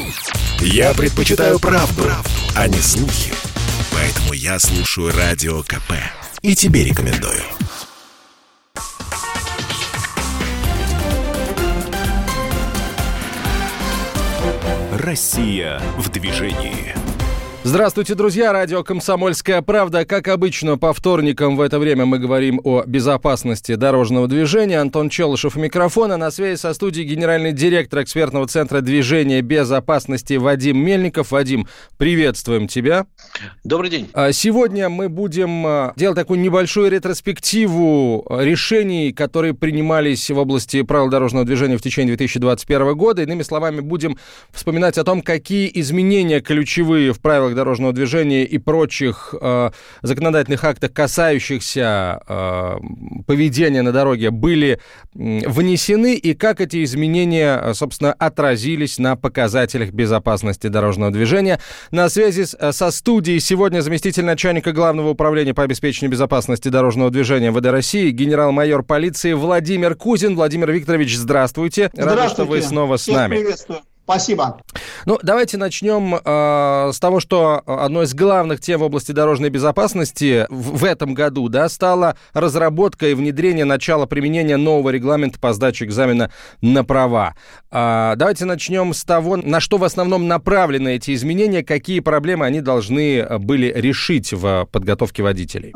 Я предпочитаю правду, а не слухи. Поэтому я слушаю Радио КП. И тебе рекомендую. Россия в движении. Здравствуйте, друзья. Радио «Комсомольская правда». Как обычно, по вторникам в это время мы говорим о безопасности дорожного движения. Антон Челышев у микрофона. На связи со студией генеральный директор экспертного центра движения безопасности Вадим Мельников. Вадим, приветствуем тебя. Добрый день. Сегодня мы будем делать такую небольшую ретроспективу решений, которые принимались в области правил дорожного движения в течение 2021 года. Иными словами, будем вспоминать о том, какие изменения ключевые в правилах дорожного движения и прочих законодательных актах, касающихся поведения на дороге, были внесены и как эти изменения, собственно, отразились на показателях безопасности дорожного движения. На связи со студией сегодня заместитель начальника Главного управления по обеспечению безопасности дорожного движения МВД России, генерал-майор полиции Владимир Кузин. Владимир Викторович, здравствуйте. Рад, что вы снова с нами. Приветствую. Спасибо. Ну, давайте начнем с того, что одной из главных тем в области дорожной безопасности в этом году, стала разработка и внедрение начала применения нового регламента по сдаче экзамена на права. Давайте начнем с того, на что в основном направлены эти изменения, какие проблемы они должны были решить в подготовке водителей.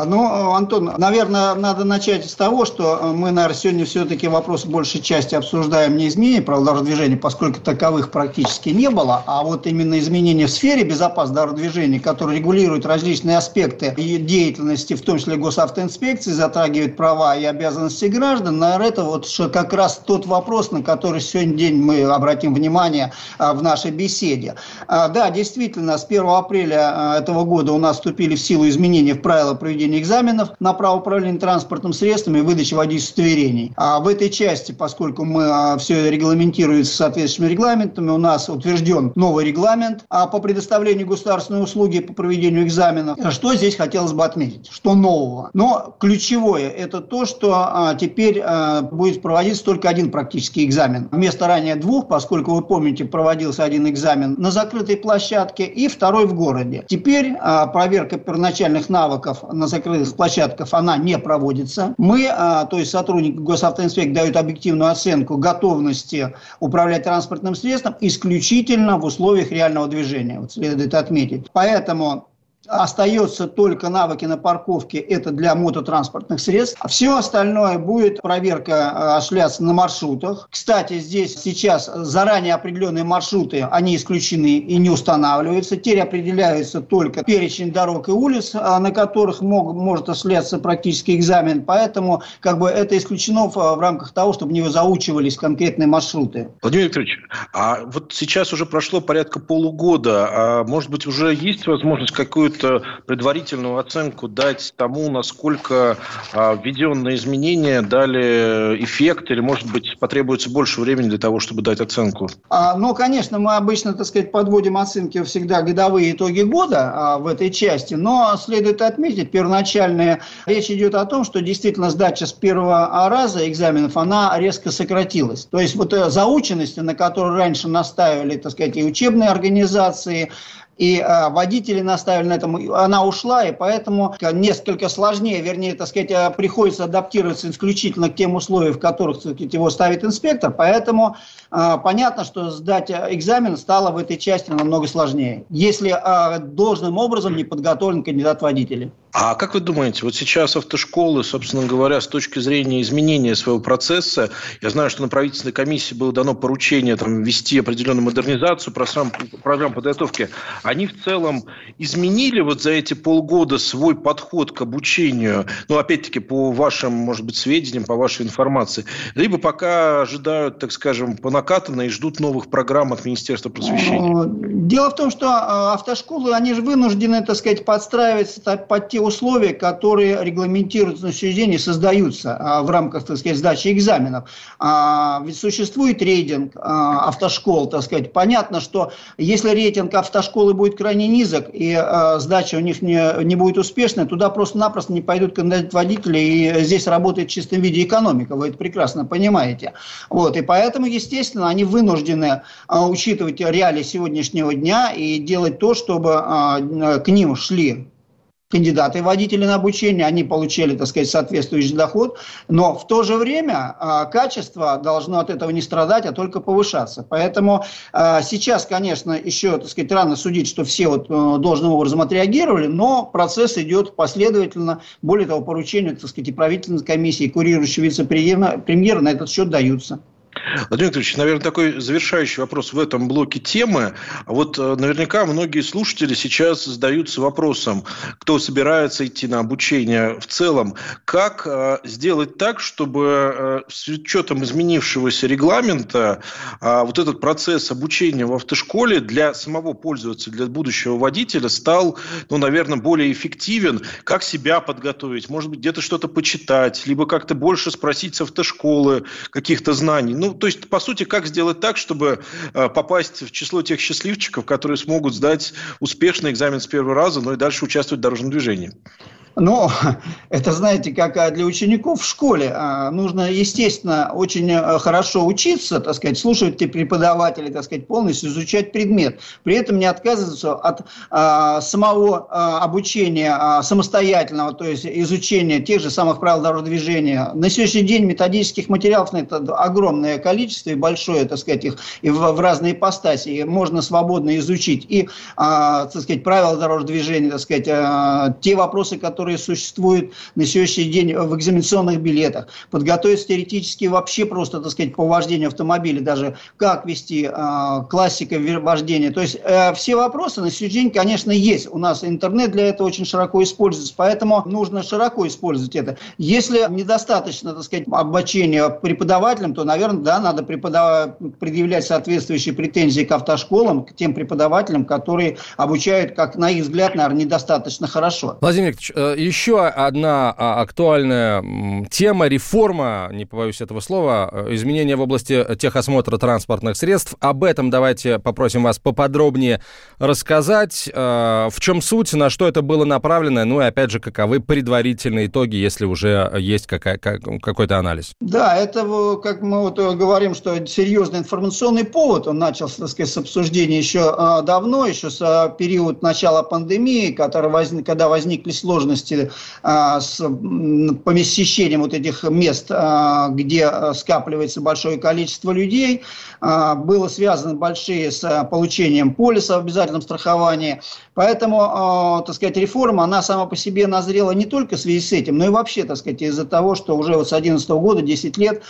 Антон, наверное, надо начать с того, что мы, наверное, сегодня все-таки вопрос большей части обсуждаем не изменения правил дорожного движения, поскольку таковых практически не было, а вот именно изменения в сфере безопасности дорожного движения, которые регулируют различные аспекты деятельности, в том числе госавтоинспекции, затрагивают права и обязанности граждан, наверное, это вот как раз тот вопрос, на который сегодня день мы обратим внимание в нашей беседе. Да, действительно, с 1 апреля этого года у нас вступили в силу изменения в правила проведения экзаменов на право управления транспортным средством и выдачи водительских удостоверений. А в этой части, поскольку мы все регламентируется соответствующими регламентами, у нас утвержден новый регламент по предоставлению государственной услуги по проведению экзаменов. Что здесь хотелось бы отметить? Что нового? Но ключевое – это то, что теперь будет проводиться только один практический экзамен. Вместо ранее двух, поскольку, вы помните, проводился один экзамен на закрытой площадке и второй в городе. Теперь проверка первоначальных навыков на закрытых площадках, она не проводится. Мы, то есть сотрудники госавтоинспекции, дают объективную оценку готовности управлять транспортным средством исключительно в условиях реального движения. Вот следует отметить. Поэтому остается только навыки на парковке, это для мототранспортных средств. Все остальное будет проверка осуществляться на маршрутах. Кстати, здесь сейчас заранее определенные маршруты, они исключены и не устанавливаются. Теперь определяется только перечень дорог и улиц, на которых может осуществляться практический экзамен. Поэтому это исключено в рамках того, чтобы не заучивались конкретные маршруты. Владимир Викторович, а вот сейчас уже прошло порядка полугода. А может быть, уже есть возможность какую-то предварительную оценку дать тому, насколько введенные изменения дали эффект, или, может быть, потребуется больше времени для того, чтобы дать оценку? Конечно, мы обычно, подводим оценки всегда годовые итоги года в этой части, но следует отметить, первоначальная речь идет о том, что действительно сдача с первого раза экзаменов, она резко сократилась. То есть заученность, на которую раньше настаивали, и учебные организации, и водители наставили на этом, она ушла, и поэтому несколько сложнее, приходится адаптироваться исключительно к тем условиям, в которых его ставит инспектор, поэтому понятно, что сдать экзамен стало в этой части намного сложнее, если должным образом не подготовлен кандидат-водитель. А как вы думаете, вот сейчас автошколы, собственно говоря, с точки зрения изменения своего процесса, я знаю, что на правительственной комиссии было дано поручение ввести определенную модернизацию программ подготовки, они в целом изменили за эти полгода свой подход к обучению, опять-таки, по вашим, может быть, сведениям, по вашей информации, либо пока ожидают, по накатанной и ждут новых программ от Министерства просвещения? Дело в том, что автошколы, они же вынуждены, подстраиваться под те условия, которые регламентируются на сегодняшний день и создаются в рамках, так сказать, сдачи экзаменов. Ведь существует рейтинг автошкол, так сказать. Понятно, что если рейтинг автошколы будет крайне низок и сдача у них не будет успешной, туда просто-напросто не пойдут кандидаты-водители, и здесь работает в чистом виде экономика, вы это прекрасно понимаете. Вот, и поэтому, естественно, они вынуждены учитывать реалии сегодняшнего дня и делать то, чтобы к ним шли кандидаты-водители на обучение, они получали, так сказать, соответствующий доход, но в то же время качество должно от этого не страдать, а только повышаться. Поэтому сейчас, конечно, еще, так сказать, рано судить, что все вот должным образом отреагировали, но процесс идет последовательно. Более того, поручения, так сказать, и правительственной комиссии, и курирующего вице-премьера на этот счет даются. Владимир Викторович, наверное, такой завершающий вопрос в этом блоке темы. Вот наверняка многие слушатели сейчас задаются вопросом, кто собирается идти на обучение в целом, как сделать так, чтобы с учетом изменившегося регламента вот этот процесс обучения в автошколе для самого пользователя, для будущего водителя стал, ну, наверное, более эффективен, как себя подготовить, может быть, где-то что-то почитать, либо как-то больше спросить с автошколы каких-то знаний. Ну, то есть, по сути, как сделать так, чтобы попасть в число тех счастливчиков, которые смогут сдать успешный экзамен с первого раза, но и дальше участвовать в дорожном движении? Ну, это, знаете, как для учеников в школе. Нужно, естественно, очень хорошо учиться, так сказать, слушать преподавателей, так сказать, полностью изучать предмет. При этом не отказываться от самого обучения самостоятельного, то есть изучения тех же самых правил дорожного движения. На сегодняшний день методических материалов на это огромное количество и большое, так сказать, их и в разные ипостаси. И можно свободно изучить и, так сказать, правила дорожного движения, так сказать, те вопросы, которые существуют на сегодняшний день в экзаменационных билетах, подготовиться теоретически вообще просто, так сказать, по вождению автомобиля, даже как вести, классика вождения. То есть все вопросы на сегодняшний день, конечно, есть. У нас интернет для этого очень широко используется, поэтому нужно широко использовать это. Если недостаточно, так сказать, обучения преподавателям, то, наверное, да, надо предъявлять соответствующие претензии к автошколам, к тем преподавателям, которые обучают, как на их взгляд, наверное, недостаточно хорошо. Владимир Викторович, еще одна актуальная тема, реформа, не побоюсь этого слова, изменения в области техосмотра транспортных средств. Об этом давайте попросим вас поподробнее рассказать. В чем суть, на что это было направлено, ну и опять же, каковы предварительные итоги, если уже есть какой-то анализ? Да, это, как мы вот говорим, что серьезный информационный повод, он начался, так сказать, с обсуждения еще давно, еще с периода начала пандемии, когда возникли сложности с помещением вот этих мест, где скапливается большое количество людей. Было связано большие с получением полиса в обязательном страховании. Поэтому, так сказать, реформа, она сама по себе назрела не только в связи с этим, но и вообще, так сказать, из-за того, что уже вот с 2011 года, 10 лет,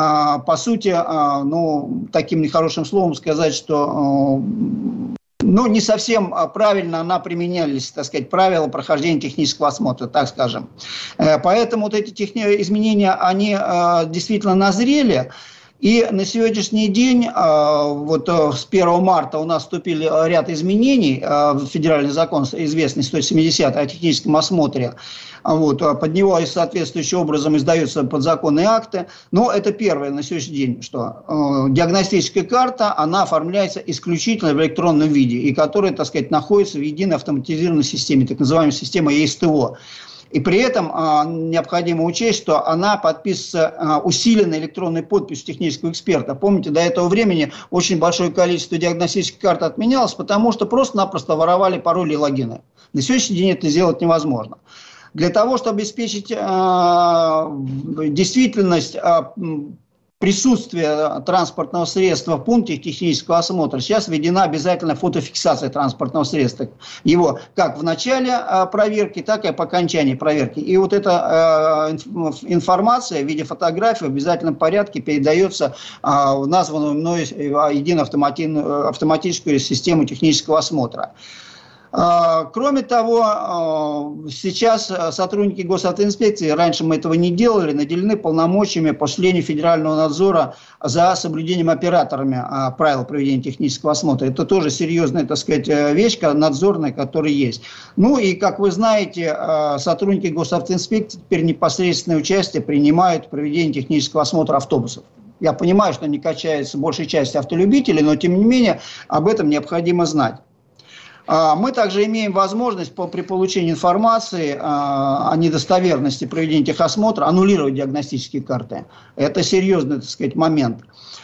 по сути, ну, таким нехорошим словом сказать, что... Ну, не совсем правильно она применялись, так сказать, правила прохождения технического осмотра, так скажем. Поэтому вот эти изменения, они действительно назрели. И на сегодняшний день, вот с 1 марта у нас вступили ряд изменений в федеральный закон, известный 170 о техническом осмотре. Вот, под него соответствующим образом издаются подзаконные акты. Но это первое на сегодняшний день, что диагностическая карта, она оформляется исключительно в электронном виде, и которая, так сказать, находится в единой автоматизированной системе, так называемой системе ЕСТО. И при этом необходимо учесть, что она подписывается усиленной электронной подписью технического эксперта. Помните, до этого времени очень большое количество диагностических карт отменялось, потому что просто-напросто воровали пароли и логины. На сегодняшний день это сделать невозможно. Для того, чтобы обеспечить действительность присутствие транспортного средства в пункте технического осмотра, сейчас введена обязательная фотофиксация транспортного средства. Его как в начале проверки, так и по окончании проверки. И вот эта информация в виде фотографий в обязательном порядке передается в названную мной единую автоматическую систему технического осмотра. Кроме того, сейчас сотрудники госавтоинспекции, раньше мы этого не делали, наделены полномочиями по осуществлению федерального надзора за соблюдением операторами правил проведения технического осмотра. Это тоже серьезная, так сказать, вещь надзорная, которая есть. Ну и, как вы знаете, сотрудники госавтоинспекции теперь непосредственное участие принимают в проведении технического осмотра автобусов. Я понимаю, что они качаются большей части автолюбителей, но тем не менее об этом необходимо знать. Мы также имеем возможность при получении информации о недостоверности проведения техосмотра аннулировать диагностические карты. Это серьезный, так сказать, момент.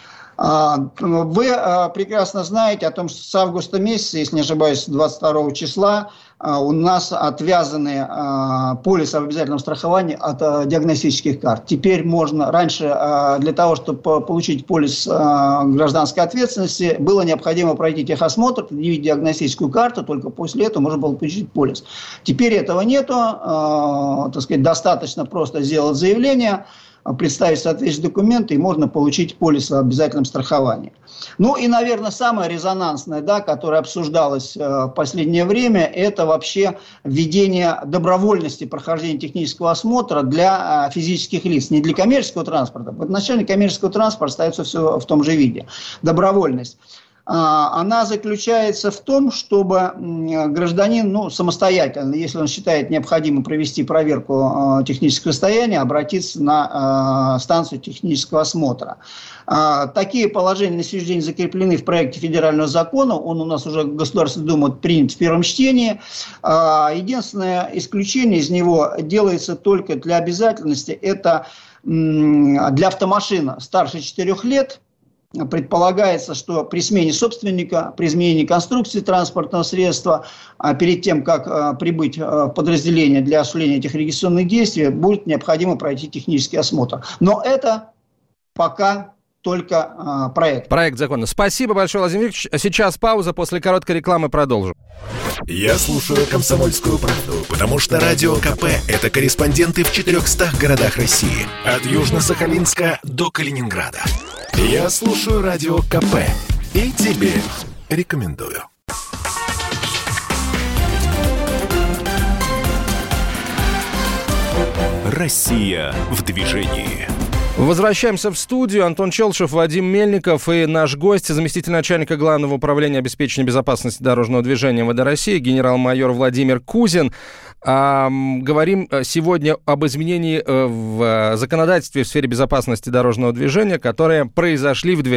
Вы прекрасно знаете о том, что с августа месяца, если не ошибаюсь, 22 числа, у нас отвязаны полис об обязательном страховании от диагностических карт. Теперь можно, раньше для того, чтобы получить полис гражданской ответственности, было необходимо пройти техосмотр, предъявить диагностическую карту, только после этого можно было получить полис. Теперь этого нету, так сказать, достаточно просто сделать заявление, представить соответствующие документы, и можно получить полис о обязательном страховании. Ну и, наверное, самое резонансное, да, которое обсуждалось в последнее время, это вообще введение добровольности прохождения технического осмотра для физических лиц, не для коммерческого транспорта. В отношении коммерческого транспорта остается все в том же виде. Добровольность. Она заключается в том, чтобы гражданин самостоятельно, если он считает необходимым провести проверку технического состояния, обратиться на станцию технического осмотра. Такие положения на сегодняшний день закреплены в проекте федерального закона. Он у нас уже в Государственной Думе принят в первом чтении. Единственное исключение из него делается только для обязательности. Это для автомашин старше 4 лет. Предполагается, что при смене собственника, при изменении конструкции транспортного средства, перед тем, как прибыть в подразделение для осуществления этих регистрационных действий, будет необходимо пройти технический осмотр. Но это пока только проект. Проект закона. Спасибо большое, Владимир Викторович. Сейчас пауза, после короткой рекламы продолжим. Я слушаю «Комсомольскую правду», потому что Радио КП – это корреспонденты в 400 городах России. От Южно-Сахалинска до Калининграда. Я слушаю Радио КП и тебе рекомендую. Россия в движении. Возвращаемся в студию. Антон Челшев, Вадим Мельников и наш гость, заместитель начальника Главного управления обеспечения безопасности дорожного движения МВД России, генерал-майор Владимир Кузин. Говорим сегодня об изменении в законодательстве в сфере безопасности дорожного движения, которые произошли в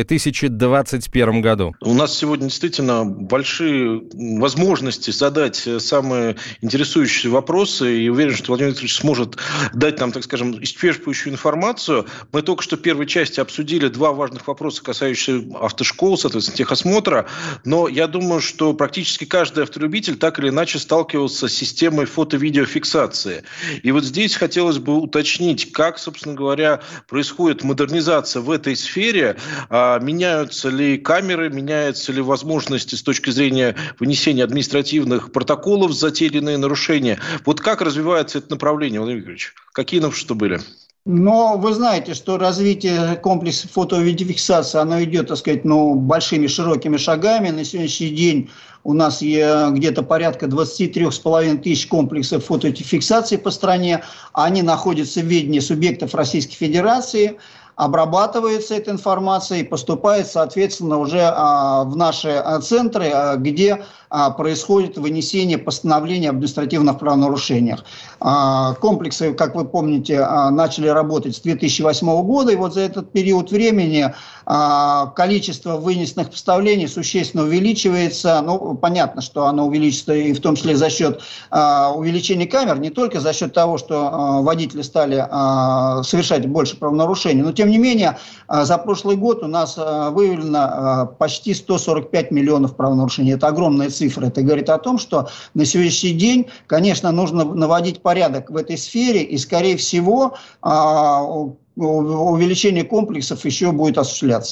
2021 году. У нас сегодня действительно большие возможности задать самые интересующие вопросы, и уверен, что Владимир Викторович сможет дать нам, так скажем, исчерпывающую информацию. Мы только что в первой части обсудили два важных вопроса, касающиеся автошкол, соответственно, техосмотра, но я думаю, что практически каждый автолюбитель так или иначе сталкивался с системой фото-видеофиксации. И вот здесь хотелось бы уточнить, как, собственно говоря, происходит модернизация в этой сфере, меняются ли камеры, меняются ли возможности с точки зрения вынесения административных протоколов за те или иные нарушения. Вот как развивается это направление, Владимир Викторович? Какие новшества были? Но вы знаете, что развитие комплекса фото-видеофиксации, оно идет, так сказать, большими широкими шагами. На сегодняшний день у нас где-то порядка 23,5 тысяч комплексов фотофиксации по стране. Они находятся в ведении субъектов Российской Федерации. Обрабатывается эта информация и поступает, соответственно, уже в наши центры, где происходит вынесение постановления об административных правонарушениях. Комплексы, как вы помните, начали работать с 2008 года, и вот за этот период времени количество вынесенных постановлений существенно увеличивается. Понятно, что оно увеличится и в том числе за счет увеличения камер, не только за счет того, что водители стали совершать больше правонарушений, но тем не менее за прошлый год у нас выявлено почти 145 миллионов правонарушений. Это огромная цифра. Это говорит о том, что на сегодняшний день, конечно, нужно наводить порядок в этой сфере, и, скорее всего, увеличение комплексов еще будет осуществляться.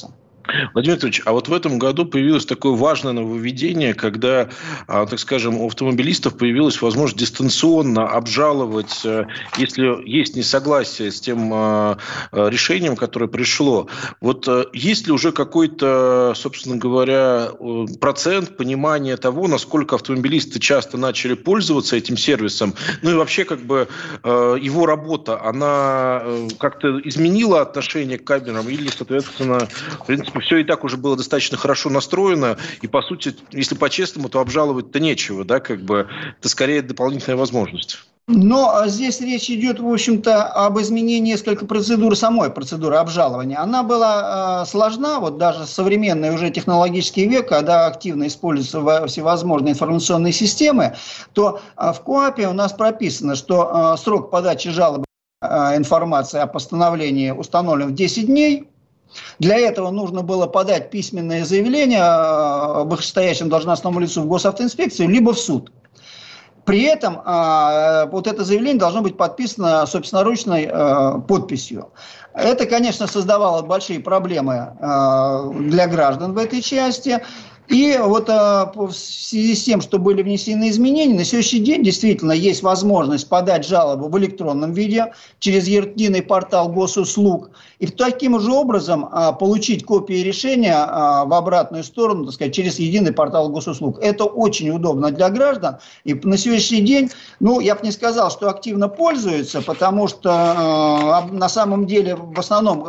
Владимир Викторович, а вот в этом году появилось такое важное нововведение, когда, так скажем, у автомобилистов появилась возможность дистанционно обжаловать, если есть несогласие с тем решением, которое пришло. Вот есть ли уже какой-то, собственно говоря, процент понимания того, насколько автомобилисты часто начали пользоваться этим сервисом? Ну и вообще, как бы, его работа, она как-то изменила отношение к камерам или, соответственно, в принципе, все и так уже было достаточно хорошо настроено, и, по сути, если по-честному, то обжаловать-то нечего, да, как бы, это скорее дополнительная возможность. Но здесь речь идет, в общем-то, об изменении несколько процедуры, самой процедуры обжалования. Она была сложна, вот даже современный уже технологический век, когда активно используются всевозможные информационные системы, то в КоАПе у нас прописано, что срок подачи жалобы информации о постановлении установлен в 10 дней. Для этого нужно было подать письменное заявление вышестоящему должностному лицу в госавтоинспекцию, либо в суд. При этом вот это заявление должно быть подписано собственноручной подписью. Это, конечно, создавало большие проблемы для граждан в этой части. И вот в связи с тем, что были внесены изменения, на сегодняшний день действительно есть возможность подать жалобу в электронном виде через единый портал госуслуг. И таким же образом получить копии решения в обратную сторону, так сказать, через единый портал госуслуг. Это очень удобно для граждан. И на сегодняшний день, ну, я бы не сказал, что активно пользуются, потому что на самом деле в основном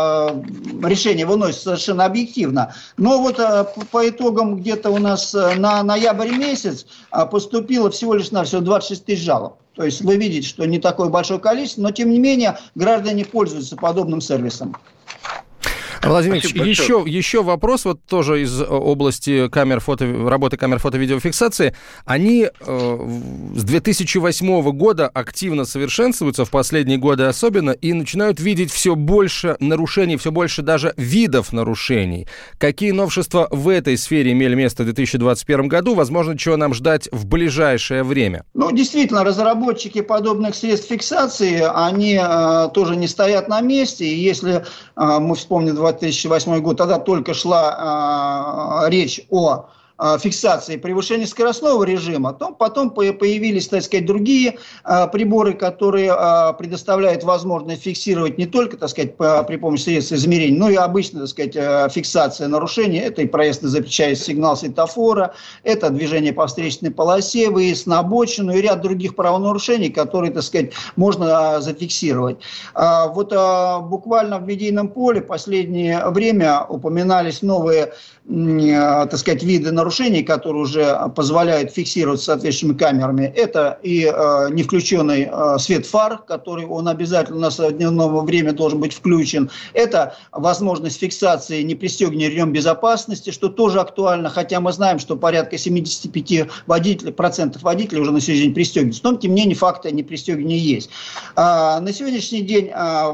решение выносится совершенно объективно. Но вот по итогам где-то у нас на ноябрь месяц поступило всего лишь навсего 26 тысяч жалоб. То есть вы видите, что не такое большое количество, но тем не менее граждане пользуются подобным сервисом. Владимир Ильич, еще вопрос, вот тоже из области работы камер фото-видеофиксации. Они с 2008 года активно совершенствуются, в последние годы особенно, и начинают видеть все больше нарушений, все больше даже видов нарушений. Какие новшества в этой сфере имели место в 2021 году? Возможно, чего нам ждать в ближайшее время? Ну, действительно, разработчики подобных средств фиксации, они тоже не стоят на месте. И если мы вспомним 2008 год, тогда только шла речь о фиксации превышения скоростного режима, то потом появились, так сказать, другие приборы, которые предоставляют возможность фиксировать не только, так сказать, при помощи средств измерений, но и обычно, так сказать, фиксация нарушений. Это и проезд на запрещающий сигнал светофора, это движение по встречной полосе, выезд на обочину и ряд других правонарушений, которые, так сказать, можно зафиксировать. Вот буквально в медийном поле в последнее время упоминались новые, так сказать, виды нарушений, которые уже позволяют фиксировать соответствующими камерами. Это и не включенный свет фар, который он обязательно у нас в дневное время должен быть включен. Это возможность фиксации не пристегивания ремнем безопасности, что тоже актуально, хотя мы знаем, что порядка 75% водителей уже на сегодняшний день пристегиваются. Но, тем не менее, факты непристегивания есть. На сегодняшний день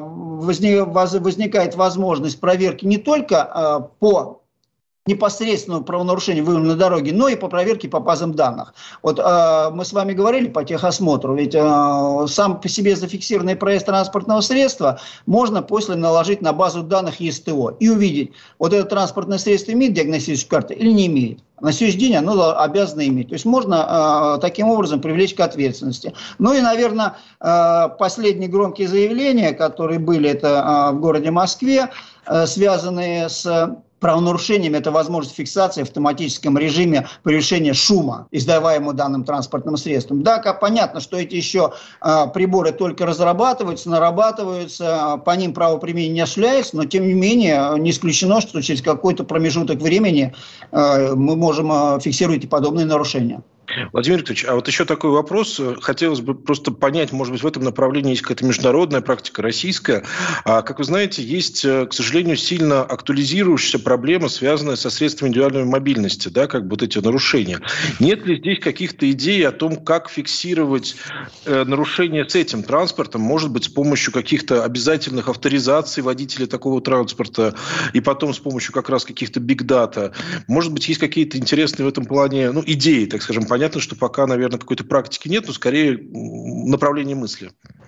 возникает возможность проверки не только по непосредственного правонарушения, выявленного на дороге, но и по проверке по базам данных. Вот мы с вами говорили по техосмотру, ведь сам по себе зафиксированный проезд транспортного средства можно после наложить на базу данных ЕСТО и увидеть, вот это транспортное средство имеет диагностическую карту или не имеет. На сегодняшний день оно обязано иметь. То есть можно таким образом привлечь к ответственности. Ну и, наверное, последние громкие заявления, которые были это в городе Москве, связанные с правонарушениями, это возможность фиксации в автоматическом режиме превышения шума, издаваемого данным транспортным средством. Да, как понятно, что эти еще приборы только разрабатываются, нарабатываются, по ним правоприменение не осуществляется, но тем не менее не исключено, что через какой-то промежуток времени мы можем фиксировать и подобные нарушения. Владимир Викторович, а вот еще такой вопрос. Хотелось бы просто понять, может быть, в этом направлении есть какая-то международная практика, российская. Как вы знаете, есть, к сожалению, сильно актуализирующаяся проблема, связанная со средствами индивидуальной мобильности, да, как бы вот эти нарушения. Нет ли здесь каких-то идей о том, как фиксировать нарушения с этим транспортом, может быть, с помощью каких-то обязательных авторизаций водителей такого транспорта и потом с помощью как раз каких-то биг-дата? Может быть, есть какие-то интересные в этом плане, ну, идеи, так скажем. Понятно, что пока, наверное, какой-то практики нет, но скорее направление мысли.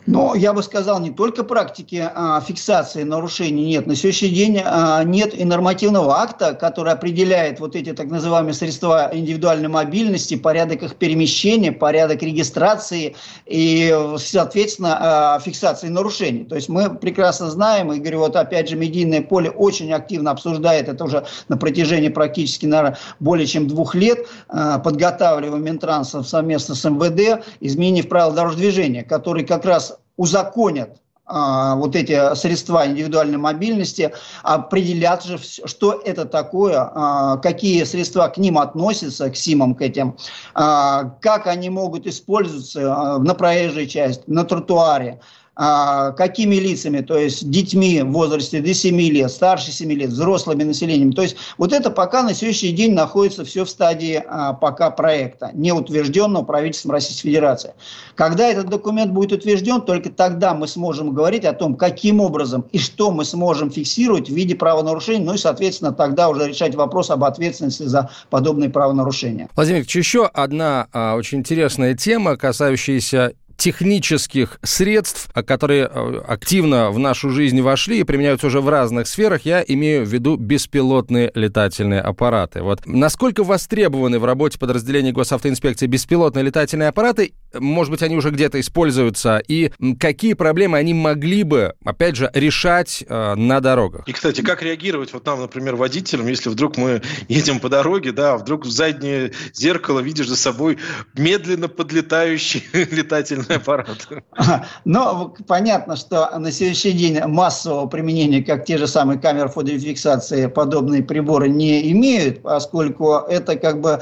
Но я бы сказал, не только практики фиксации нарушений нет. На сегодняшний день нет и нормативного акта, который определяет вот эти так называемые средства индивидуальной мобильности, порядок их перемещения, порядок регистрации и, соответственно, фиксации нарушений. То есть мы прекрасно знаем, и говорю, вот опять же медийное поле очень активно обсуждает это уже на протяжении практически, наверное, более чем 2 лет, подготавливаем Минтрансом совместно с МВД изменения в правила дорожного движения, которые как раз узаконят вот эти средства индивидуальной мобильности, определят же, что это такое, какие средства к ним относятся, к СИМам, к этим, как они могут использоваться на проезжей части, на тротуаре, какими лицами, то есть детьми в возрасте до 7 лет, старше 7 лет, взрослыми населением. То есть вот это пока на сегодняшний день находится все в стадии пока проекта, не утвержденного правительством Российской Федерации. Когда этот документ будет утвержден, только тогда мы сможем говорить о том, каким образом и что мы сможем фиксировать в виде правонарушений, ну и, соответственно, тогда уже решать вопрос об ответственности за подобные правонарушения. Владимир Ильич, еще одна очень интересная тема, касающаяся технических средств, которые активно в нашу жизнь вошли и применяются уже в разных сферах, я имею в виду беспилотные летательные аппараты. Вот насколько востребованы в работе подразделений госавтоинспекции беспилотные летательные аппараты? Может быть, они уже где-то используются? И какие проблемы они могли бы, опять же, решать на дорогах? И, кстати, как реагировать вот нам, например, водителям, если вдруг мы едем по дороге, да, вдруг в заднее зеркало видишь за собой медленно подлетающий летательный аппарат? Ну, понятно, что на сегодняшний день массового применения, как те же самые камеры фотофиксации, подобные приборы не имеют, поскольку это как бы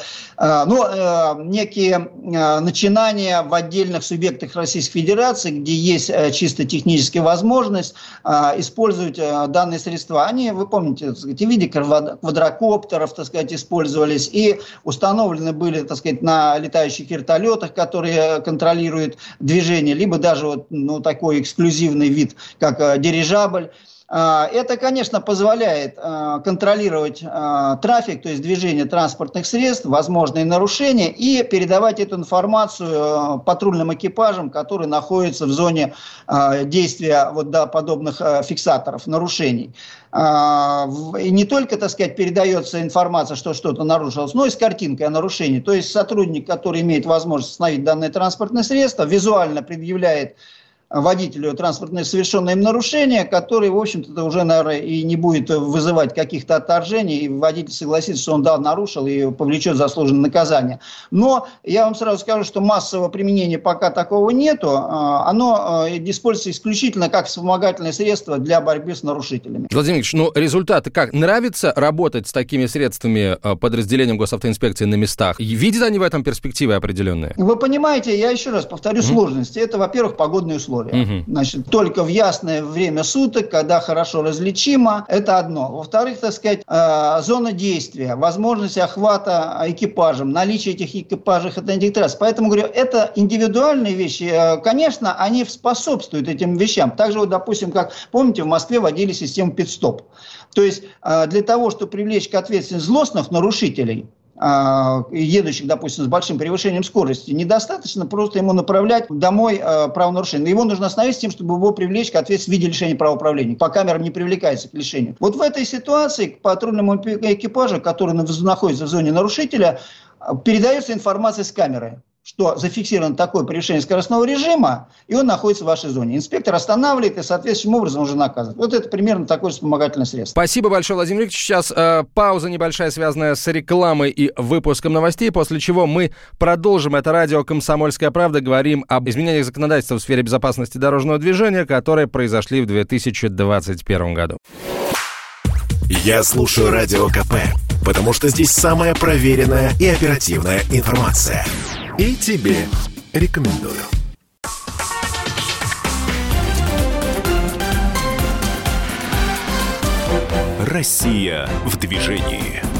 некие начинания в отдельных субъектах Российской Федерации, где есть чисто техническая возможность использовать данные средства. Они, вы помните, так сказать, в виде квадрокоптеров, так сказать, использовались и установлены были, так сказать, на летающих вертолетах, которые контролируют движение, либо даже вот, такой эксклюзивный вид, как дирижабль. Это, конечно, позволяет контролировать трафик, то есть движение транспортных средств, возможные нарушения, и передавать эту информацию патрульным экипажам, которые находятся в зоне действия подобных фиксаторов нарушений. И не только, так сказать, передается информация, что что-то нарушилось, но и с картинкой о нарушении. То есть сотрудник, который имеет возможность остановить данное транспортное средство, визуально предъявляет водителю транспортное совершенное им нарушение, которое, в общем-то, уже, наверное, и не будет вызывать каких-то отторжений, и водитель согласится, что он, да, нарушил и повлечет заслуженное наказание. Но я вам сразу скажу, что массового применения пока такого нету, оно используется исключительно как вспомогательное средство для борьбы с нарушителями. Владимир Ильич, результаты как? Нравится работать с такими средствами подразделением госавтоинспекции на местах? Видят они в этом перспективы определенные? Вы понимаете, я еще раз повторю сложности. Это, во-первых, погодные условия. Значит, только в ясное время суток, когда хорошо различимо, это одно. Во-вторых, так сказать, зона действия, возможность охвата экипажем, наличие этих экипажей от этих трасс. Поэтому, говорю, это индивидуальные вещи. Конечно, они способствуют этим вещам. Также, вот, допустим, как, помните, в Москве вводили систему пит-стоп. То есть, для того, чтобы привлечь к ответственности злостных нарушителей, едущих, допустим, с большим превышением скорости, недостаточно просто ему направлять домой правонарушение. Его нужно остановить с тем, чтобы его привлечь к ответственности в виде лишения права управления. По камерам не привлекается к лишению. Вот в этой ситуации к патрульному экипажу, который находится в зоне нарушителя, передается информация с камеры, что зафиксировано такое превышение скоростного режима, и он находится в вашей зоне. Инспектор останавливает и соответствующим образом уже наказывает. Вот это примерно такое вспомогательное средство. Спасибо большое, Владимир Ильич. Сейчас пауза небольшая, связанная с рекламой и выпуском новостей, после чего мы продолжим. Это радио «Комсомольская правда». Говорим об изменениях законодательства в сфере безопасности дорожного движения, которые произошли в 2021 году. Я слушаю Радио КП, потому что здесь самая проверенная и оперативная информация. И тебе рекомендую. Россия в движении.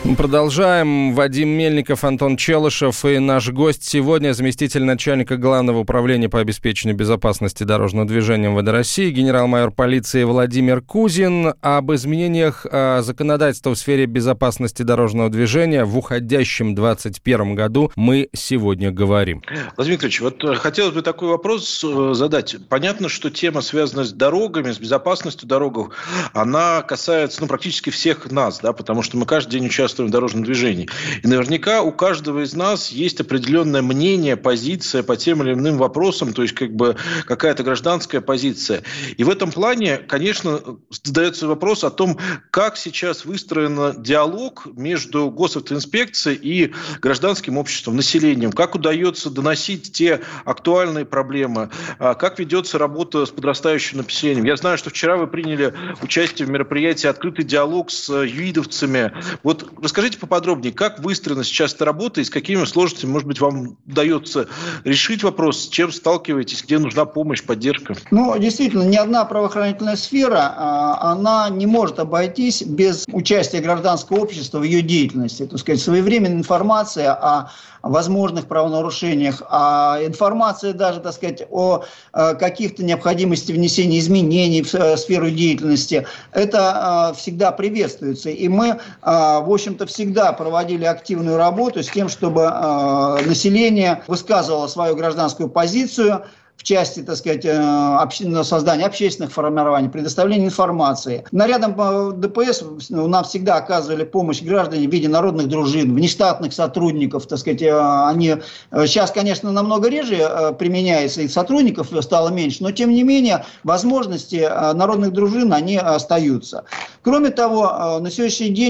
Продолжаем. Вадим Мельников, Антон Челышев и наш гость сегодня заместитель начальника Главного управления по обеспечению безопасности дорожного движения МВД России, генерал-майор полиции Владимир Кузин. Об изменениях законодательства в сфере безопасности дорожного движения в уходящем 2021 году мы сегодня говорим. Владимир Викторович, вот хотелось бы такой вопрос задать. Понятно, что тема, связанная с дорогами, с безопасностью дорог, она касается практически всех нас, да, потому что мы каждый день участвуем в дорожном движении. И наверняка у каждого из нас есть определенное мнение, позиция по тем или иным вопросам, то есть какая-то гражданская позиция. И в этом плане, конечно, задается вопрос о том, как сейчас выстроен диалог между госавтоинспекцией и гражданским обществом, населением, как удается доносить те актуальные проблемы, как ведется работа с подрастающим населением. Я знаю, что вчера вы приняли участие в мероприятии «Открытый диалог» с юидовцами. Вот расскажите поподробнее, как выстроена сейчас эта работа и с какими сложностями, может быть, вам удается решить вопрос, с чем сталкиваетесь, где нужна помощь, поддержка? Действительно, ни одна правоохранительная сфера, она не может обойтись без участия гражданского общества в ее деятельности. Так сказать, своевременная информация о возможных правонарушениях, а информация даже, так сказать, о каких-то необходимости внесения изменений в сферу деятельности, это всегда приветствуется. И мы, в общем-то, всегда проводили активную работу с тем, чтобы население высказывало свою гражданскую позицию в части, так сказать, создания общественных формирований, предоставления информации. Нарядом ДПС нам всегда оказывали помощь граждане в виде народных дружин, внештатных сотрудников, так сказать, они сейчас, конечно, намного реже применяются, и сотрудников стало меньше, но, тем не менее, возможности народных дружин, они остаются. Кроме того, на сегодняшний день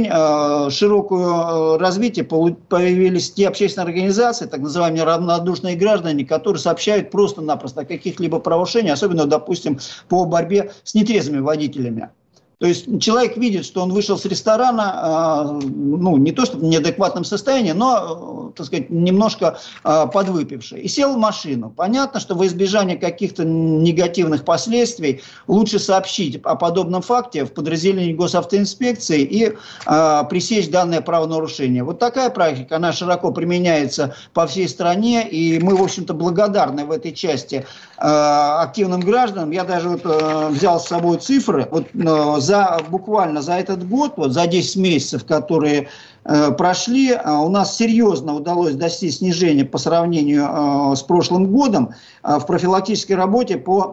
широкое развитие появились те общественные организации, так называемые равнодушные граждане, которые сообщают просто-напросто о каких-либо правонарушениях, особенно, допустим, по борьбе с нетрезвыми водителями. То есть человек видит, что он вышел с ресторана, не то чтобы в неадекватном состоянии, но, так сказать, немножко подвыпивший, и сел в машину. Понятно, что во избежание каких-то негативных последствий лучше сообщить о подобном факте в подразделении госавтоинспекции и пресечь данное правонарушение. Вот такая практика, она широко применяется по всей стране, и мы, в общем-то, благодарны в этой части активным гражданам. Я даже взял с собой цифры. Буквально за этот год, за 10 месяцев, которые прошли, у нас серьезно удалось достичь снижения по сравнению с прошлым годом в профилактической работе по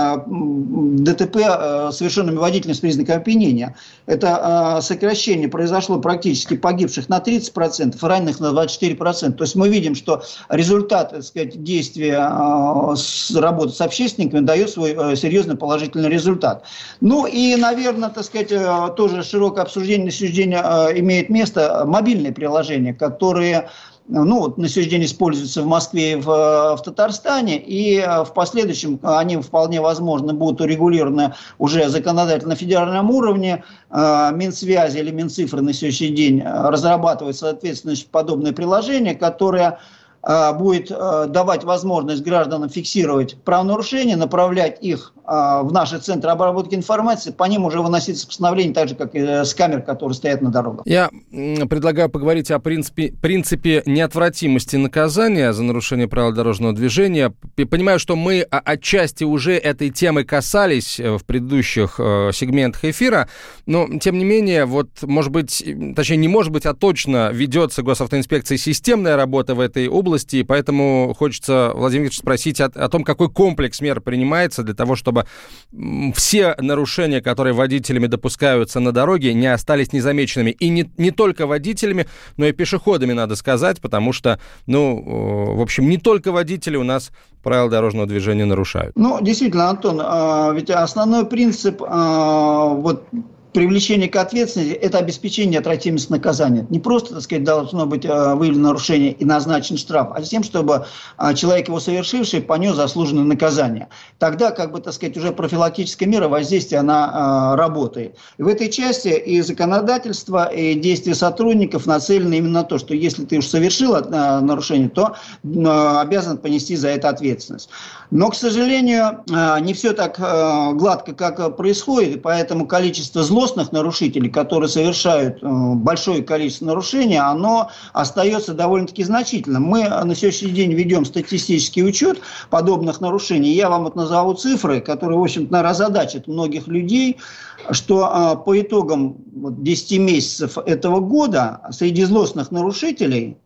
ДТП, совершенными водителями с признаком опьянения. Это сокращение произошло практически погибших на 30%, раненых на 24%. То есть мы видим, что результат, так сказать, действия работы с общественниками дает свой серьезный положительный результат. И, наверное, так сказать, тоже широкое обсуждение на сегодняшний день имеет место мобильные приложения, которые на сегодняшний день используются в Москве и в Татарстане, и в последующем они вполне возможно будут урегулированы уже законодательно на федеральном уровне. Минсвязи или Минцифры на сегодняшний день разрабатывают, соответственно, подобные приложения, которые будет давать возможность гражданам фиксировать правонарушения, направлять их в наши центры обработки информации, по ним уже выноситься постановление, так же, как и с камер, которые стоят на дорогах. Я предлагаю поговорить о принципе неотвратимости наказания за нарушение правил дорожного движения. Понимаю, что мы отчасти уже этой темы касались в предыдущих сегментах эфира, но, тем не менее, точно ведется госавтоинспекцией системная работа в этой области, и поэтому хочется, Владимир Викторович, спросить о том, какой комплекс мер принимается для того, чтобы все нарушения, которые водителями допускаются на дороге, не остались незамеченными. И не только водителями, но и пешеходами, надо сказать, потому что, не только водители у нас правила дорожного движения нарушают. Действительно, Антон, ведь основной принцип привлечение к ответственности – это обеспечение неотвратимости наказания. Не просто, так сказать, должно быть выявлено нарушение и назначен штраф, а с тем, чтобы человек, его совершивший, понес заслуженное наказание. Тогда, уже профилактическая мера воздействия, она работает. И в этой части и законодательство, и действия сотрудников нацелены именно на то, что если ты уж совершил нарушение, то обязан понести за это ответственность. Но, к сожалению, не все так гладко, как происходит, и поэтому количество злостных злостных нарушителей, которые совершают большое количество нарушений, оно остается довольно-таки значительным. Мы на сегодняшний день ведем статистический учет подобных нарушений. Я вам вот назову цифры, которые, в общем-то, наверное, озадачат многих людей, что по итогам 10 месяцев этого года среди злостных нарушителей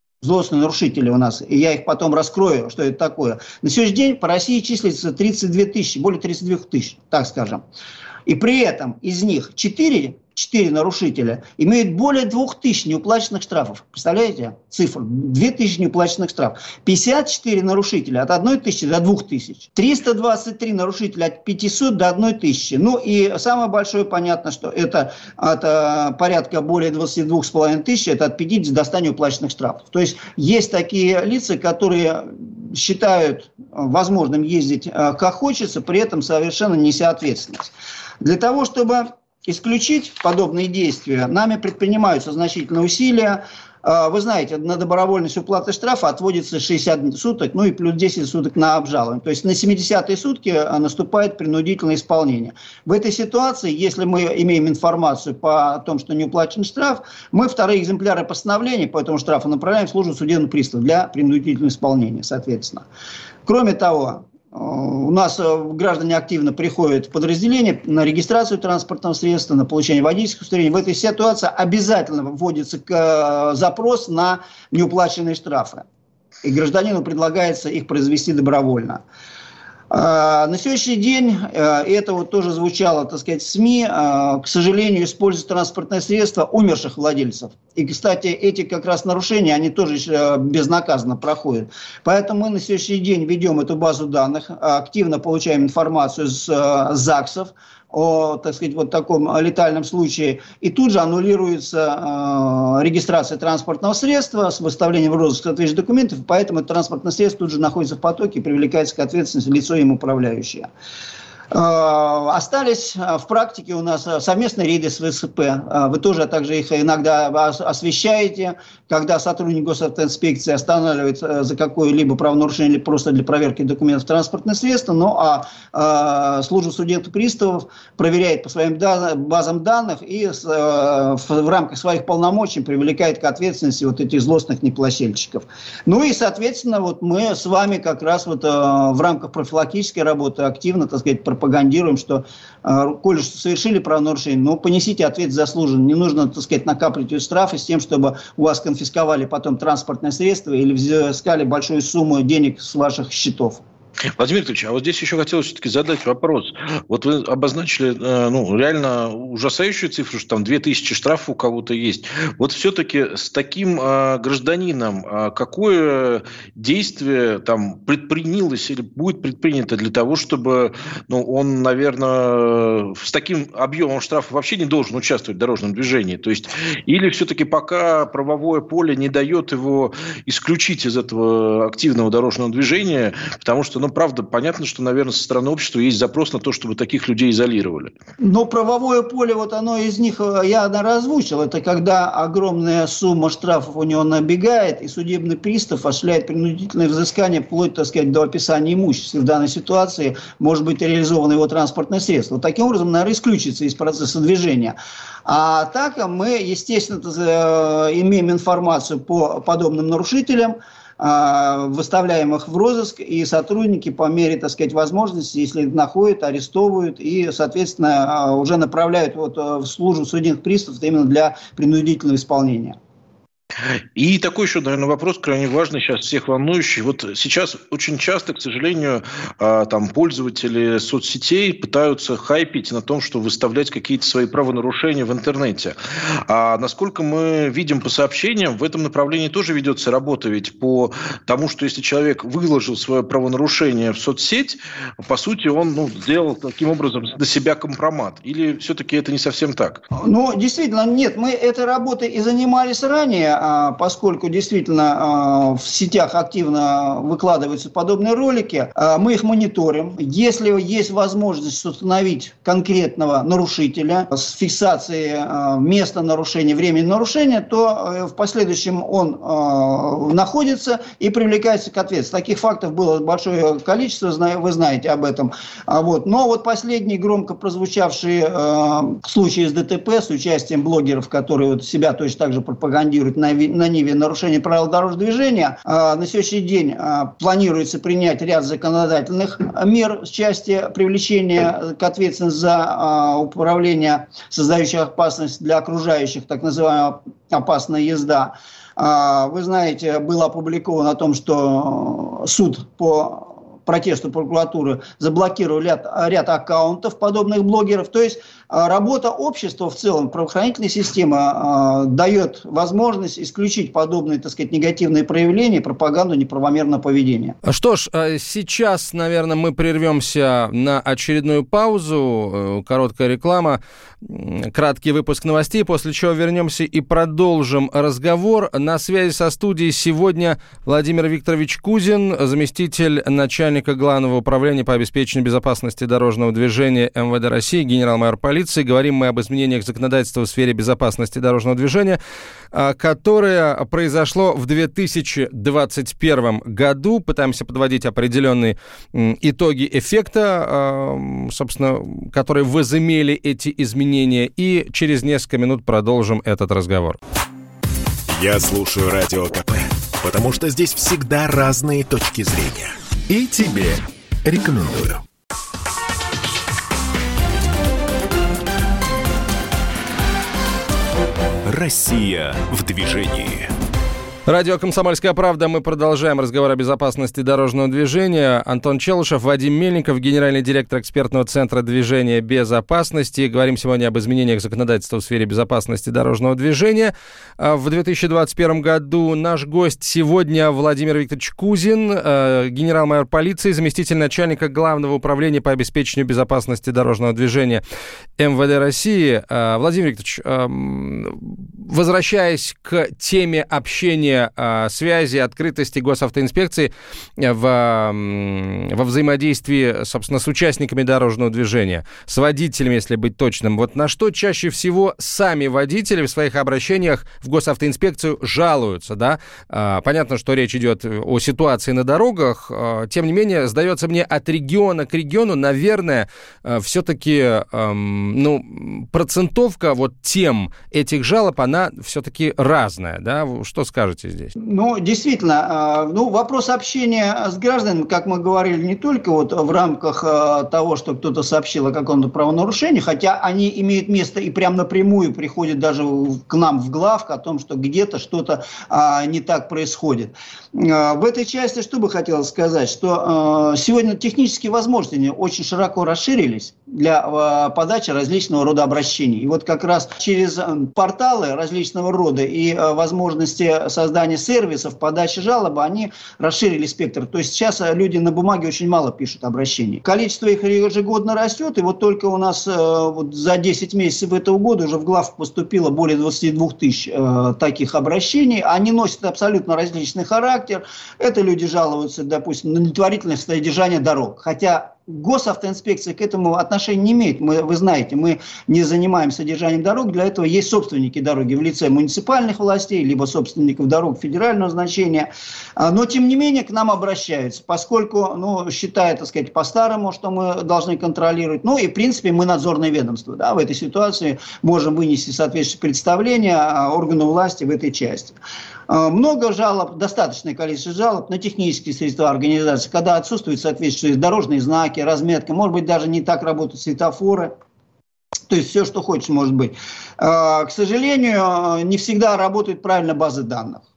у нас, и я их потом раскрою, что это такое, на сегодняшний день по России числится 32 тысячи, более 32 тысяч, так скажем. И при этом из них 4 нарушителя имеют более 2000 неуплаченных штрафов. Представляете цифру? 2000 неуплаченных штрафов. 54 нарушителя от 1000 до 2000. 323 нарушителя от 500 до 1000. Ну и самое большое, понятно, что это от порядка более 22,5 тысяч, это от 50 до 100 неуплаченных штрафов. То есть есть такие лица, которые считают возможным ездить как хочется, при этом совершенно неся ответственность. Для того, чтобы исключить подобные действия, нами предпринимаются значительные усилия. Вы знаете, на добровольность уплаты штрафа отводится 60 суток, ну и плюс 10 суток на обжалование. То есть на 70-е сутки наступает принудительное исполнение. В этой ситуации, если мы имеем информацию по том, что не уплачен штраф, мы вторые экземпляры постановления по этому штрафу направляем в службу судебного пристава для принудительного исполнения, соответственно. Кроме того, у нас граждане активно приходят в подразделение на регистрацию транспортного средства, на получение водительского удостоверения. В этой ситуации обязательно вводится запрос на неуплаченные штрафы. И гражданину предлагается их произвести добровольно. На сегодняшний день, это вот тоже звучало, так сказать, в СМИ, к сожалению, используют транспортное средство умерших владельцев. И, кстати, эти как раз нарушения, они тоже безнаказанно проходят. Поэтому мы на сегодняшний день ведем эту базу данных, активно получаем информацию с ЗАГСов о, так сказать, вот таком летальном случае, и тут же аннулируется регистрация транспортного средства с выставлением в розыск соответствующих документов, поэтому транспортное средство тут же находится в потоке и привлекается к ответственности лицо им управляющее. Остались в практике у нас совместные рейды с ВСП. Вы тоже также их иногда освещаете, когда сотрудник госавтоинспекции останавливает за какое-либо правонарушение или просто для проверки документов транспортное средство, ну а служба судебных приставов проверяет по своим базам данных и в рамках своих полномочий привлекает к ответственности вот этих злостных неплательщиков. Ну и, соответственно, вот мы с вами как раз вот в рамках профилактической работы активно, так сказать, пропагандируем, что, коли совершили правонарушение, но понесите ответ заслуженно. Не нужно, так сказать, накапливать штрафы с тем, чтобы у вас конфисковали потом транспортное средство или взыскали большую сумму денег с ваших счетов. Владимир Викторович, а вот здесь еще хотелось все-таки задать вопрос. Вот вы обозначили, реально ужасающую цифру, что там 2000 штрафов у кого-то есть. Вот все-таки с таким гражданином какое действие там предпринялось или будет предпринято для того, чтобы он, наверное, с таким объемом штрафов вообще не должен участвовать в дорожном движении? То есть, или все-таки пока правовое поле не дает его исключить из этого активного дорожного движения, потому что правда, понятно, что, наверное, со стороны общества есть запрос на то, чтобы таких людей изолировали. Но правовое поле, вот оно из них, я озвучил, это когда огромная сумма штрафов у него набегает, и судебный пристав осуществляет принудительное взыскание, вплоть, так сказать, до описания имущества. В данной ситуации может быть реализовано его транспортное средство. Вот таким образом, наверное, исключится из процесса движения. А так мы, естественно, имеем информацию по подобным нарушителям, выставляем их в розыск, и сотрудники по мере, так сказать, возможности, если находят, арестовывают и, соответственно, уже направляют в службу судебных приставов именно для принудительного исполнения. И такой еще, наверное, вопрос крайне важный, сейчас всех волнующий. Вот сейчас очень часто, к сожалению, пользователи соцсетей пытаются хайпить на том, что выставлять какие-то свои правонарушения в интернете. А насколько мы видим по сообщениям, в этом направлении тоже ведется работа, ведь по тому, что если человек выложил свое правонарушение в соцсеть, по сути, он сделал таким образом на себя компромат. Или все-таки это не совсем так? Действительно, нет, мы этой работой и занимались ранее. поскольку действительно в сетях активно выкладываются подобные ролики, мы их мониторим. Если есть возможность установить конкретного нарушителя с фиксацией места нарушения, времени нарушения, то в последующем он находится и привлекается к ответственности. Таких фактов было большое количество, вы знаете об этом. Но вот последние громко прозвучавшие случаи с ДТП, с участием блогеров, которые себя точно так же пропагандируют на ниве нарушения правил дорожного движения, на сегодняшний день планируется принять ряд законодательных мер в части привлечения к ответственности за управление, создающее опасность для окружающих, так называемая опасная езда. Вы знаете, было опубликовано о том, что суд по протесту прокуратуры заблокировал ряд аккаунтов подобных блогеров. То есть работа общества в целом, правоохранительная система дает возможность исключить подобные, так сказать, негативные проявления, пропаганду неправомерного поведения. Что ж, сейчас, наверное, мы прервемся на очередную паузу. Короткая реклама, краткий выпуск новостей, после чего вернемся и продолжим разговор. На связи со студией сегодня Владимир Викторович Кузин, заместитель начальника Главного управления по обеспечению безопасности дорожного движения МВД России, генерал-майор полиции. Говорим мы об изменениях законодательства в сфере безопасности дорожного движения, которое произошло в 2021 году. Пытаемся подводить определенные итоги эффекта, собственно, которые возымели эти изменения. И через несколько минут продолжим этот разговор. Я слушаю Радио КП, потому что здесь всегда разные точки зрения. И тебе рекомендую. Россия в движении. Радио «Комсомольская правда». Мы продолжаем разговор о безопасности дорожного движения. Антон Челышев, Вадим Мельников, генеральный директор экспертного центра движения безопасности. Говорим сегодня об изменениях законодательства в сфере безопасности дорожного движения. В 2021 году наш гость сегодня Владимир Викторович Кузин, генерал-майор полиции, заместитель начальника Главного управления по обеспечению безопасности дорожного движения МВД России. Владимир Викторович, возвращаясь к теме общения, связи, открытости госавтоинспекции во взаимодействии, собственно, с участниками дорожного движения, с водителями, если быть точным. Вот на что чаще всего сами водители в своих обращениях в госавтоинспекцию жалуются, да? Понятно, что речь идет о ситуации на дорогах, тем не менее, сдается мне, от региона к региону, наверное, все-таки, процентовка вот тем этих жалоб, она все-таки разная, да? Что скажете здесь? Действительно, вопрос общения с гражданами, как мы говорили, не только вот в рамках того, что кто-то сообщил о каком-то правонарушении, хотя они имеют место и прям напрямую приходят даже к нам в главк о том, что где-то что-то не так происходит. В этой части что бы хотелось сказать, что сегодня технические возможности очень широко расширились для подачи различного рода обращений. И вот как раз через порталы различного рода и возможности создания сервисов, подачи жалобы, они расширили спектр. То есть сейчас люди на бумаге очень мало пишут обращений. Количество их ежегодно растет, и вот только у нас за 10 месяцев этого года уже в главк поступило более 22 тысяч таких обращений. Они носят абсолютно различный характер. Это люди жалуются, допустим, на недотворительность содержания дорог. Хотя госавтоинспекция к этому отношения не имеет. Вы знаете, мы не занимаемся содержанием дорог, для этого есть собственники дороги в лице муниципальных властей, либо собственников дорог федерального значения. Но, тем не менее, к нам обращаются, поскольку, считают, так сказать, по-старому, что мы должны контролировать. И, в принципе, мы надзорное ведомство. Да, в этой ситуации можем вынести соответствующее представление органу власти в этой части. Много жалоб, достаточное количество жалоб на технические средства организации, когда отсутствуют соответствующие дорожные знаки, разметка, может быть, даже не так работают светофоры. То есть все, что хочешь, может быть. К сожалению, не всегда работают правильно базы данных.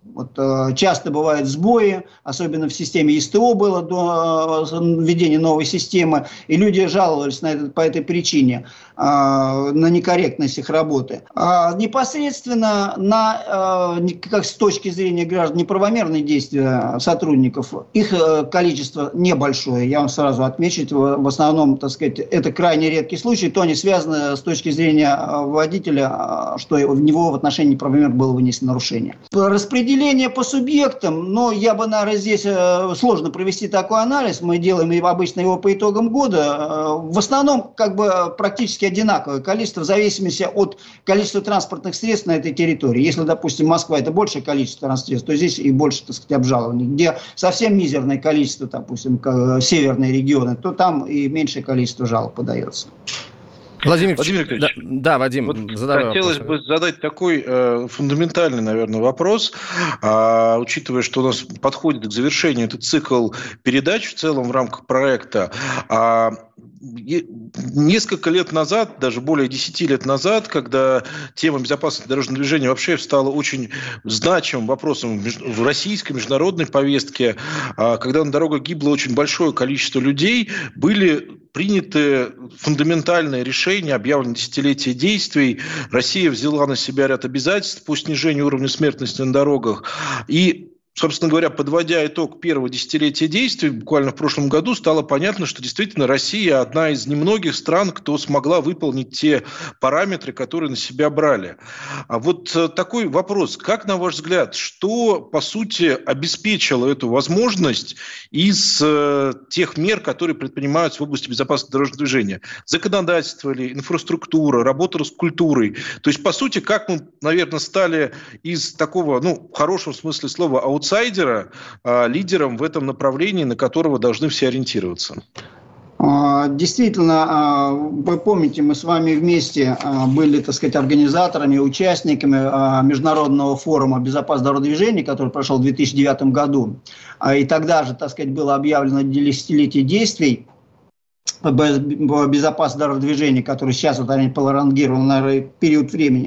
Вот, часто бывают сбои, особенно в системе СТО было до введения новой системы, и люди жаловались по этой причине на некорректность их работы. Непосредственно как с точки зрения граждан неправомерные действия сотрудников, их количество небольшое, я вам сразу отмечу, в основном, так сказать, это крайне редкий случай, то они связаны с точки зрения водителя, что в него в отношении неправомерно было вынесено нарушение. Распределение по субъектам, но я бы, наверное, здесь сложно провести такой анализ, мы делаем обычно его по итогам года, в основном как бы практически одинаковое количество в зависимости от количества транспортных средств на этой территории. Если, допустим, Москва это большее количество транспортных средств, то здесь и больше, так сказать, обжалований. Где совсем мизерное количество, допустим, северные регионы, то там и меньшее количество жалоб подается. Владимир Викторович, да, Вадим, задавай хотелось вопрос. бы задать такой фундаментальный, наверное, вопрос, учитывая, что у нас подходит к завершению этот цикл передач в целом в рамках проекта. Несколько лет назад, даже более 10 лет назад, когда тема безопасности дорожного движения вообще стала очень значимым вопросом в российской международной повестке, когда на дорогах гибло очень большое количество людей, были приняты фундаментальные решения, объявлены десятилетия действий. Россия взяла на себя ряд обязательств по снижению уровня смертности на дорогах. И, собственно говоря, подводя итог первого десятилетия действий, буквально в прошлом году стало понятно, что действительно Россия одна из немногих стран, кто смогла выполнить те параметры, которые на себя брали. А вот такой вопрос. Как, на ваш взгляд, что, по сути, обеспечило эту возможность из тех мер, которые предпринимаются в области безопасности дорожного движения? Законодательство ли, инфраструктура, работа с культурой? То есть, по сути, как мы, наверное, стали из такого, в хорошем смысле слова, аутсайдера, лидером в этом направлении, на которого должны все ориентироваться? Действительно, вы помните, мы с вами вместе были, так сказать, организаторами, участниками Международного форума безопасности дорожного движения, который прошел в 2009 году. И тогда же, так сказать, было объявлено десятилетие действий по безопасности дорожного движения, который сейчас они пролонгированы на период времени.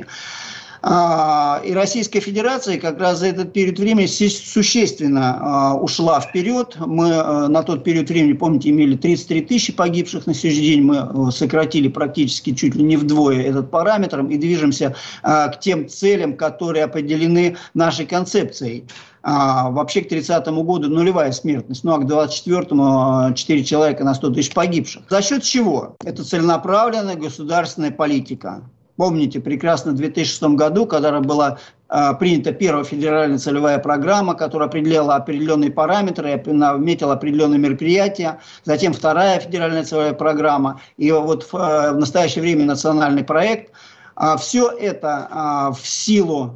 И Российская Федерация как раз за этот период времени существенно ушла вперед. Мы на тот период времени, помните, имели 33 тысячи погибших. На сегодняшний день мы сократили практически чуть ли не вдвое этот параметр и движемся к тем целям, которые определены нашей концепцией. Вообще к 30-му году нулевая смертность, а к 24-му 4 человека на 100 тысяч погибших. За счет чего? Это целенаправленная государственная политика. Помните прекрасно в 2006 году, когда была принята первая федеральная целевая программа, которая определяла определенные параметры, наметила определенные мероприятия, затем вторая федеральная целевая программа, и вот в настоящее время национальный проект. Все это в силу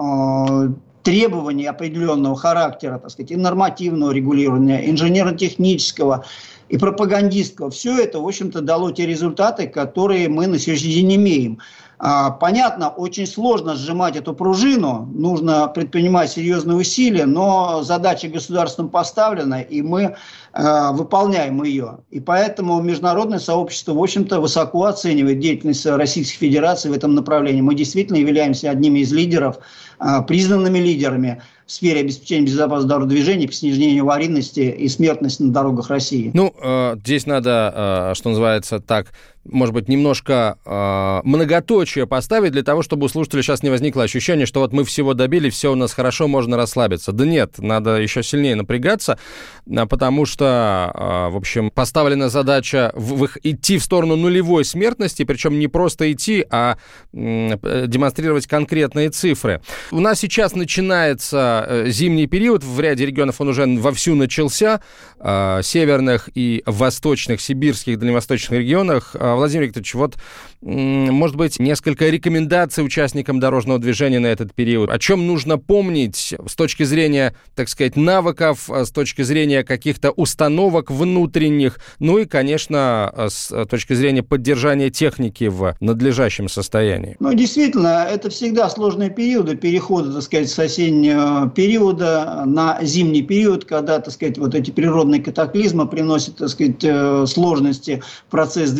требований определенного характера, так сказать, и нормативного регулирования, инженерно-технического и пропагандистского. Все это, в общем-то, дало те результаты, которые мы на сегодняшний день имеем. Понятно, очень сложно сжимать эту пружину, нужно предпринимать серьезные усилия, но задача государством поставлена, и мы выполняем ее. И поэтому международное сообщество, в общем-то, высоко оценивает деятельность Российской Федерации в этом направлении. Мы действительно являемся одними из лидеров, признанными лидерами в сфере обеспечения безопасности дорожного движения, по снижению аварийности и смертности на дорогах России. Здесь надо, что называется, так, может быть, немножко многоточие поставить для того, чтобы у слушателей сейчас не возникло ощущение, что вот мы всего добили, все у нас хорошо, можно расслабиться. Да нет, надо еще сильнее напрягаться, потому что, в общем, поставлена задача идти в сторону нулевой смертности, причем не просто идти, а демонстрировать конкретные цифры. У нас сейчас начинается зимний период, в ряде регионов он уже вовсю начался, северных и восточных, сибирских, дальневосточных регионах. Владимир Викторович, вот, может быть, несколько рекомендаций участникам дорожного движения на этот период. О чем нужно помнить с точки зрения, так сказать, навыков, с точки зрения каких-то установок внутренних, и, конечно, с точки зрения поддержания техники в надлежащем состоянии? Действительно, это всегда сложные периоды перехода, так сказать, с осеннего периода на зимний период, когда, так сказать, вот эти природные катаклизмы приносят, так сказать, сложности в процесс движения,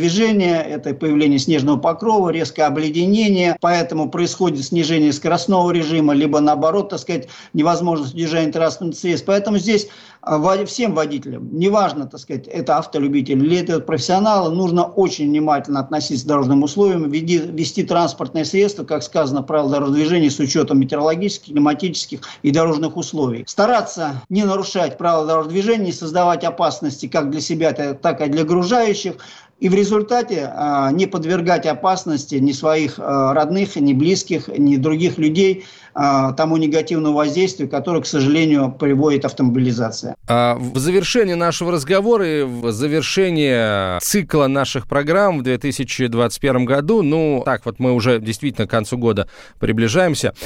движения, это появление снежного покрова, резкое обледенение, поэтому происходит снижение скоростного режима, либо наоборот, так сказать, невозможность удержания транспортных средств. Поэтому здесь всем водителям, неважно, так сказать, это автолюбитель или это профессионалы, нужно очень внимательно относиться к дорожным условиям, вести транспортное средство, как сказано в правилах дорожного движения, с учетом метеорологических, климатических и дорожных условий. Стараться не нарушать правила дорожного движения, не создавать опасности как для себя, так и для окружающих. И в результате не подвергать опасности ни своих родных, ни близких, ни других людей тому негативному воздействию, которое, к сожалению, приводит автомобилизация. В завершении нашего разговора и в завершении цикла наших программ в 2021 году, так вот мы уже действительно к концу года приближаемся,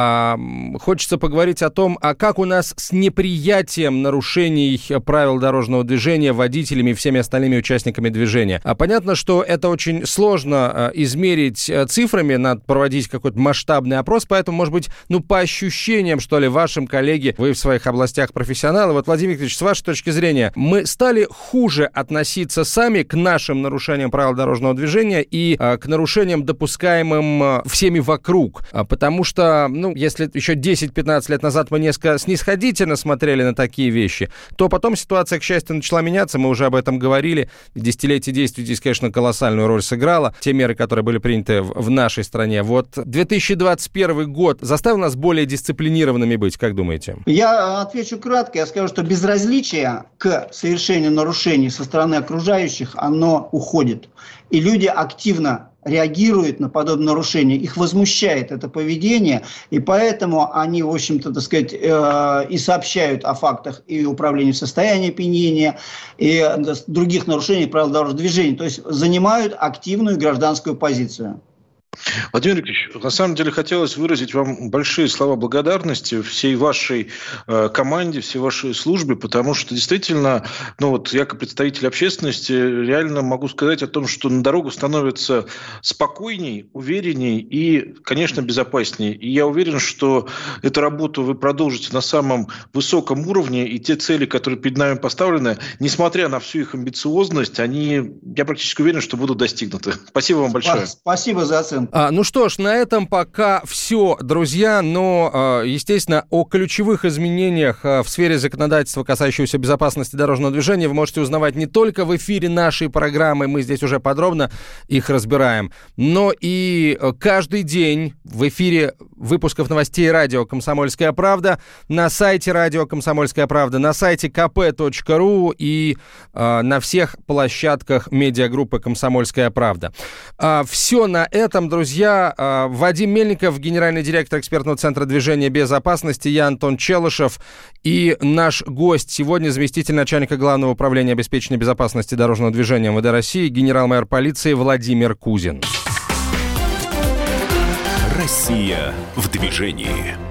хочется поговорить о том, как у нас с неприятием нарушений правил дорожного движения водителями и всеми остальными участниками движения. Понятно, что это очень сложно измерить цифрами, надо проводить какой-то масштабный опрос, поэтому, может быть, по ощущениям, что ли, вашим коллеги, вы в своих областях профессионалы. Вот, Владимир Викторович, с вашей точки зрения, мы стали хуже относиться сами к нашим нарушениям правил дорожного движения и к нарушениям, допускаемым всеми вокруг? Потому что, если еще 10-15 лет назад мы несколько снисходительно смотрели на такие вещи, то потом ситуация, к счастью, начала меняться, мы уже об этом говорили. Десятилетие действий здесь, конечно, колоссальную роль сыграло. Те меры, которые были приняты в нашей стране. Вот 2021 год заставил нас более дисциплинированными быть, как думаете? Я отвечу кратко. Я скажу, что безразличие к совершению нарушений со стороны окружающих, оно уходит. И люди активно реагируют на подобные нарушения, их возмущает это поведение, и поэтому они, в общем-то, так сказать, и сообщают о фактах и управления в состоянии опьянения, и других нарушений правил дорожного движения, то есть занимают активную гражданскую позицию. Владимир Викторович, на самом деле хотелось выразить вам большие слова благодарности всей вашей команде, всей вашей службе, потому что действительно, я как представитель общественности реально могу сказать о том, что на дорогу становится спокойней, уверенней и, конечно, безопасней. И я уверен, что эту работу вы продолжите на самом высоком уровне, и те цели, которые перед нами поставлены, несмотря на всю их амбициозность, я практически уверен, что будут достигнуты. Спасибо вам большое. Спасибо за оценку. Что ж, на этом пока все, друзья, но, естественно, о ключевых изменениях в сфере законодательства, касающегося безопасности дорожного движения, вы можете узнавать не только в эфире нашей программы, мы здесь уже подробно их разбираем, но и каждый день в эфире выпусков новостей радио «Комсомольская правда», на сайте радио «Комсомольская правда», на сайте kp.ru и на всех площадках медиагруппы «Комсомольская правда». Все на этом, друзья. Вадим Мельников, генеральный директор экспертного центра движения безопасности, я Антон Челышев и наш гость сегодня заместитель начальника Главного управления обеспечения безопасности дорожного движения МВД России, генерал-майор полиции Владимир Кузин. Россия в движении.